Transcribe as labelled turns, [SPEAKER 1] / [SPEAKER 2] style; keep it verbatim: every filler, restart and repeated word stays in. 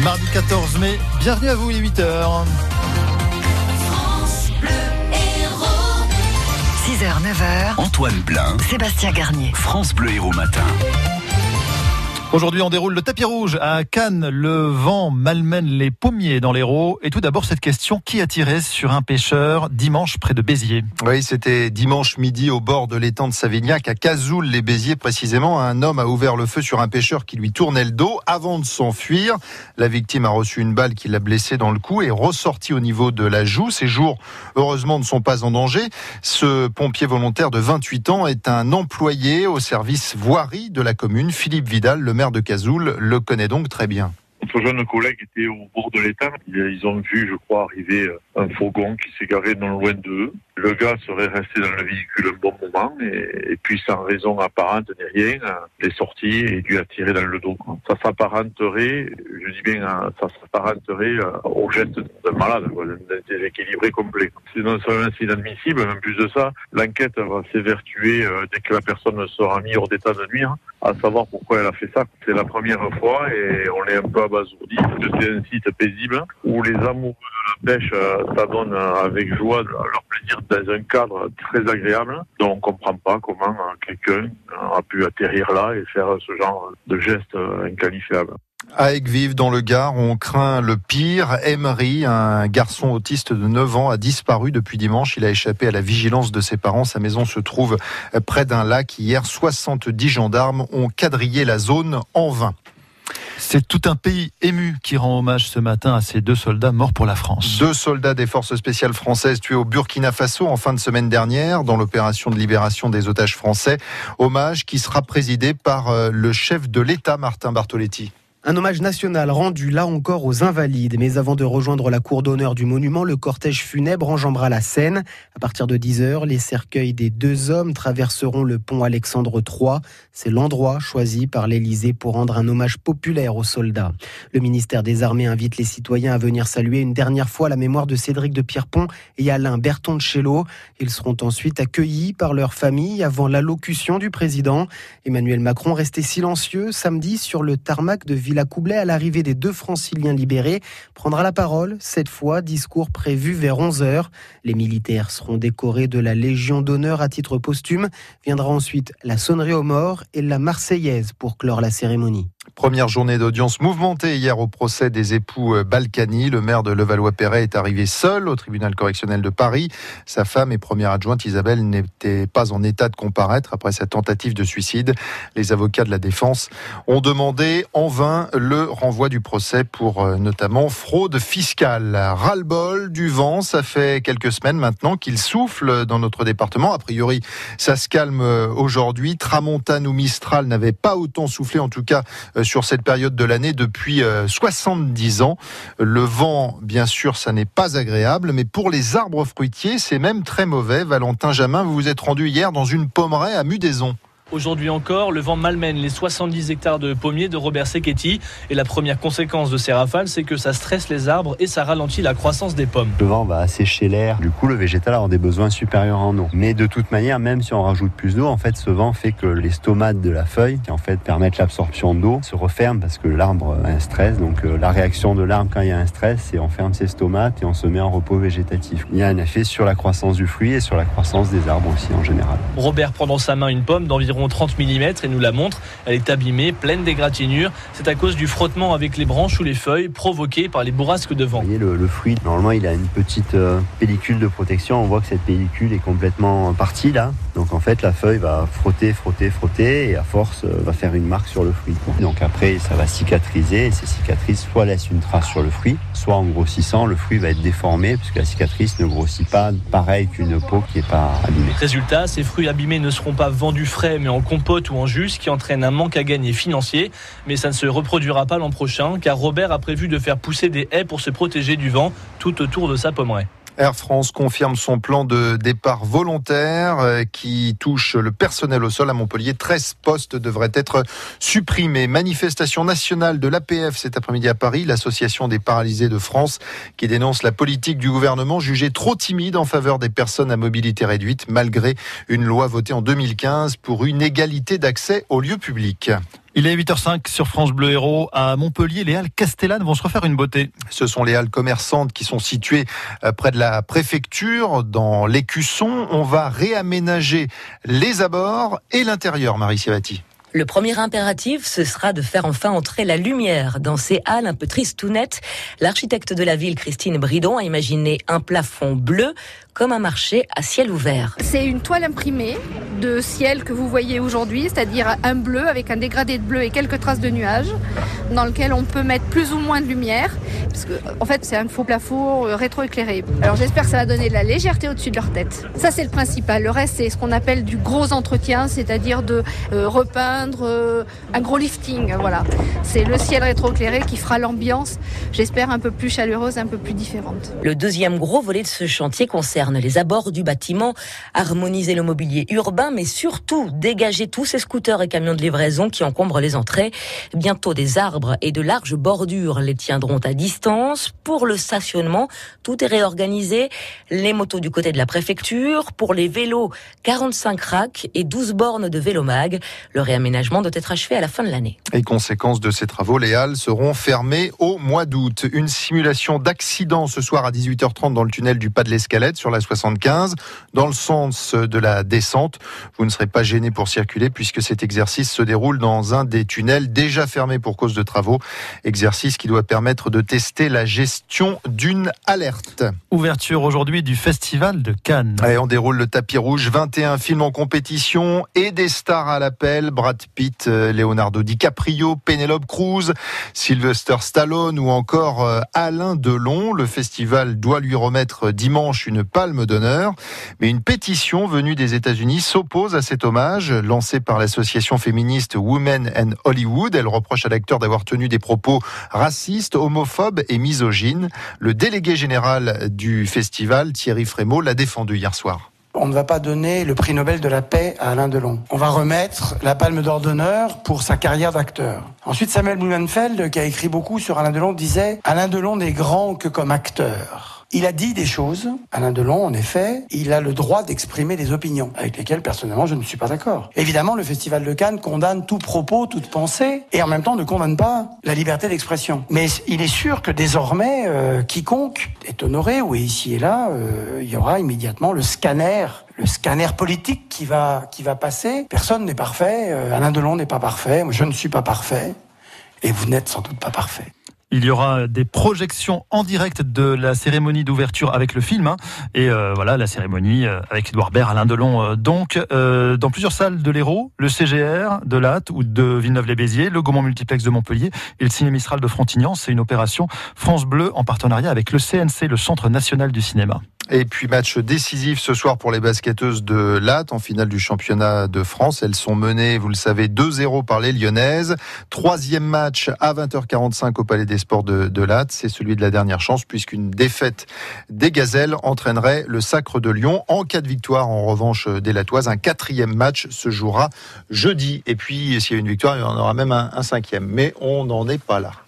[SPEAKER 1] Mardi quatorze mai, bienvenue à vous, il est huit heures.
[SPEAKER 2] six heures, neuf heures.
[SPEAKER 3] Antoine Blin,
[SPEAKER 2] Sébastien Garnier.
[SPEAKER 3] France Bleu Héros Matin.
[SPEAKER 1] Aujourd'hui, on déroule le tapis rouge à Cannes. Le vent malmène les pommiers dans l'Hérault. Et tout d'abord, cette question, qui a tiré sur un pêcheur dimanche près de Béziers?
[SPEAKER 4] Oui, c'était dimanche midi au bord de l'étang de Savignac, à Cazoul-les-Béziers précisément. Un homme a ouvert le feu sur un pêcheur qui lui tournait le dos avant de s'enfuir. La victime a reçu une balle qui l'a blessé dans le cou et est ressortie au niveau de la joue. Ses jours, heureusement, ne sont pas en danger. Ce pompier volontaire de vingt-huit ans est un employé au service voirie de la commune. Philippe Vidal, le maire de Cazoul, le connaît donc très bien.
[SPEAKER 5] Notre jeune collègue était au bord de l'étang. Ils ont vu, je crois, arriver un fourgon qui s'est garé non loin d'eux. Le gars serait resté dans le véhicule un bon moment et, et puis sans raison apparente ni rien, il est sorti et lui a tiré dans le dos. Ça s'apparenterait, je dis bien, ça s'apparenterait au geste d'un malade, d'un déséquilibré complet. C'est non seulement inadmissible, mais en plus de ça, l'enquête va s'évertuer dès que la personne sera mise hors d'état de nuire, à savoir pourquoi elle a fait ça. C'est la première fois et on est un peu abasourdi parce que c'est un site paisible où les amoureux de la pêche s'adonnent avec joie leur plaisir dans un cadre très agréable. Donc on ne comprend pas comment quelqu'un a pu atterrir là et faire ce genre de geste inqualifiable.
[SPEAKER 4] À Aigues-Vives, dans le Gard, on craint le pire. Emery, un garçon autiste de neuf ans, a disparu depuis dimanche. Il a échappé à la vigilance de ses parents. Sa maison se trouve près d'un lac. Hier, soixante-dix gendarmes ont quadrillé la zone en vain.
[SPEAKER 1] C'est tout un pays ému qui rend hommage ce matin à ces deux soldats morts pour la France.
[SPEAKER 4] Deux soldats des forces spéciales françaises tués au Burkina Faso en fin de semaine dernière dans l'opération de libération des otages français. Hommage qui sera présidé par le chef de l'État, Martin Bartoletti.
[SPEAKER 6] Un hommage national rendu là encore aux Invalides. Mais avant de rejoindre la cour d'honneur du monument, le cortège funèbre enjambera la Seine. À partir de dix heures, les cercueils des deux hommes traverseront le pont Alexandre trois. C'est l'endroit choisi par l'Élysée pour rendre un hommage populaire aux soldats. Le ministère des Armées invite les citoyens à venir saluer une dernière fois la mémoire de Cédric de Pierrepont et Alain Bertoncello. Ils seront ensuite accueillis par leurs familles avant l'allocution du président. Emmanuel Macron restait silencieux samedi sur le tarmac de Ville Villacoublay à l'arrivée des deux franciliens libérés, prendra la parole. Cette fois, discours prévu vers onze heures. Les militaires seront décorés de la Légion d'honneur à titre posthume. Viendra ensuite la sonnerie aux morts et la Marseillaise pour clore la cérémonie.
[SPEAKER 4] Première journée d'audience mouvementée hier au procès des époux Balkany. Le maire de Levallois-Perret est arrivé seul au tribunal correctionnel de Paris. Sa femme et première adjointe Isabelle n'était pas en état de comparaître après sa tentative de suicide. Les avocats de la défense ont demandé en vain le renvoi du procès pour notamment fraude fiscale. Ras-le-bol du vent, ça fait quelques semaines maintenant qu'il souffle dans notre département. A priori, ça se calme aujourd'hui. Tramontane ou Mistral n'avaient pas autant soufflé, en tout cas sur cette période de l'année depuis soixante-dix ans. Le vent, bien sûr, ça n'est pas agréable, mais pour les arbres fruitiers, c'est même très mauvais. Valentin Jamin, vous vous êtes rendu hier dans une pommeraie à Mudaison.
[SPEAKER 7] Aujourd'hui encore, le vent malmène les soixante-dix hectares de pommiers de Robert Secchetti. Et la première conséquence de ces rafales, c'est que ça stresse les arbres et ça ralentit la croissance des pommes.
[SPEAKER 8] Le vent va assécher l'air. Du coup, le végétal a des besoins supérieurs en eau. Mais de toute manière, même si on rajoute plus d'eau, en fait, ce vent fait que les stomates de la feuille, qui en fait permettent l'absorption d'eau, se referment parce que l'arbre a un stress. Donc, euh, la réaction de l'arbre quand il y a un stress, c'est on ferme ses stomates et on se met en repos végétatif. Il y a un effet sur la croissance du fruit et sur la croissance des arbres aussi en général.
[SPEAKER 7] Robert prend dans sa main une pomme d'environ trente millimètres et nous la montre. Elle est abîmée, pleine d'égratignures. C'est à cause du frottement avec les branches ou les feuilles provoqué par les bourrasques de vent.
[SPEAKER 8] Vous voyez, le, le fruit, normalement, il a une petite euh, pellicule de protection. On voit que cette pellicule est complètement partie là. Donc en fait, la feuille va frotter, frotter, frotter et à force, euh, va faire une marque sur le fruit. Donc après, ça va cicatriser et ces cicatrices soit laissent une trace sur le fruit, soit en grossissant, le fruit va être déformé puisque la cicatrice ne grossit pas pareil qu'une peau qui n'est pas abîmée.
[SPEAKER 7] Résultat, ces fruits abîmés ne seront pas vendus frais mais en compote ou en jus, ce qui entraîne un manque à gagner financier. Mais ça ne se reproduira pas l'an prochain car Robert a prévu de faire pousser des haies pour se protéger du vent tout autour de sa pommeraie.
[SPEAKER 4] Air France confirme son plan de départ volontaire qui touche le personnel au sol à Montpellier. treize postes devraient être supprimés. Manifestation nationale de l'A P F cet après-midi à Paris, l'association des paralysés de France, qui dénonce la politique du gouvernement jugée trop timide en faveur des personnes à mobilité réduite, malgré une loi votée en deux mille quinze pour une égalité d'accès aux lieux publics.
[SPEAKER 1] Il est huit heures cinq sur France Bleu Héros. À Montpellier, les Halles Castellane vont se refaire une beauté.
[SPEAKER 4] Ce sont les halles commerçantes qui sont situées près de la préfecture, dans l'Écusson. On va réaménager les abords et l'intérieur, Marie Siavati.
[SPEAKER 3] Le premier impératif, ce sera de faire enfin entrer la lumière dans ces halles un peu tristounettes. L'architecte de la ville, Christine Bridon, a imaginé un plafond bleu comme un marché à ciel ouvert.
[SPEAKER 9] C'est une toile imprimée de ciel que vous voyez aujourd'hui, c'est-à-dire un bleu avec un dégradé de bleu et quelques traces de nuages, dans lequel on peut mettre plus ou moins de lumière, parce que en fait c'est un faux plafond rétroéclairé. Alors j'espère que ça va donner de la légèreté au-dessus de leur tête. Ça c'est le principal. Le reste c'est ce qu'on appelle du gros entretien, c'est-à-dire de euh, repeindre, euh, un gros lifting. Voilà, c'est le ciel rétroéclairé qui fera l'ambiance, j'espère un peu plus chaleureuse, un peu plus différente.
[SPEAKER 3] Le deuxième gros volet de ce chantier concerne les abords du bâtiment, harmoniser le mobilier urbain, mais surtout dégager tous ces scooters et camions de livraison qui encombrent les entrées. Bientôt, des arbres et de larges bordures les tiendront à distance. Pour le stationnement, tout est réorganisé. Les motos du côté de la préfecture. Pour les vélos, quarante-cinq racks et douze bornes de vélomag. Le réaménagement doit être achevé à la fin de l'année.
[SPEAKER 4] Et conséquence de ces travaux, les halles seront fermées au mois d'août. Une simulation d'accident ce soir à dix-huit heures trente dans le tunnel du Pas de l'Escalette sur la soixante-quinze, dans le sens de la descente. Vous ne serez pas gêné pour circuler puisque cet exercice se déroule dans un des tunnels déjà fermés pour cause de travaux. Exercice qui doit permettre de tester la gestion d'une alerte.
[SPEAKER 1] Ouverture aujourd'hui du Festival de Cannes.
[SPEAKER 4] Allez, on déroule le tapis rouge. vingt et un films en compétition et des stars à l'appel. Brad Pitt, Leonardo DiCaprio, Penélope Cruz, Sylvester Stallone ou encore Alain Delon. Le festival doit lui remettre dimanche une palme d'honneur, mais une pétition venue des États-Unis s'oppose à cet hommage lancé par l'association féministe Women and Hollywood. Elle reproche à l'acteur d'avoir tenu des propos racistes, homophobes et misogynes. Le délégué général du festival, Thierry Frémaux, l'a défendu hier soir.
[SPEAKER 10] On ne va pas donner le prix Nobel de la paix à Alain Delon. On va remettre la palme d'or d'honneur pour sa carrière d'acteur. Ensuite, Samuel Blumenfeld, qui a écrit beaucoup sur Alain Delon, disait « Alain Delon n'est grand que comme acteur ». Il a dit des choses, Alain Delon, en effet, il a le droit d'exprimer des opinions, avec lesquelles, personnellement, je ne suis pas d'accord. Évidemment, le Festival de Cannes condamne tout propos, toute pensée, et en même temps ne condamne pas la liberté d'expression. Mais il est sûr que désormais, euh, quiconque est honoré, ou est ici et là, euh, il y aura immédiatement le scanner, le scanner politique qui va, qui va passer. Personne n'est parfait, euh, Alain Delon n'est pas parfait, moi je ne suis pas parfait, et vous n'êtes sans doute pas parfait.
[SPEAKER 1] Il y aura des projections en direct de la cérémonie d'ouverture avec le film, hein, et euh, voilà la cérémonie euh, avec Édouard Baird, Alain Delon. Euh, donc, euh, dans plusieurs salles de l'Hérault, le C G R de Latte ou de Villeneuve-les-Béziers, le Gaumont Multiplex de Montpellier et le Ciné Mistral de Frontignan. C'est une opération France Bleu en partenariat avec le C N C, le Centre National du Cinéma.
[SPEAKER 4] Et puis match décisif ce soir pour les basketteuses de Latte en finale du championnat de France. Elles sont menées, vous le savez, deux zéro par les Lyonnaises. Troisième match à vingt heures quarante-cinq au Palais des Sports de, de Latte. C'est celui de la dernière chance puisqu'une défaite des Gazelles entraînerait le Sacre de Lyon. En cas de victoire, en revanche, des Lattoises, un quatrième match se jouera jeudi. Et puis, s'il y a une victoire, il y en aura même un, un cinquième. Mais on n'en est pas là.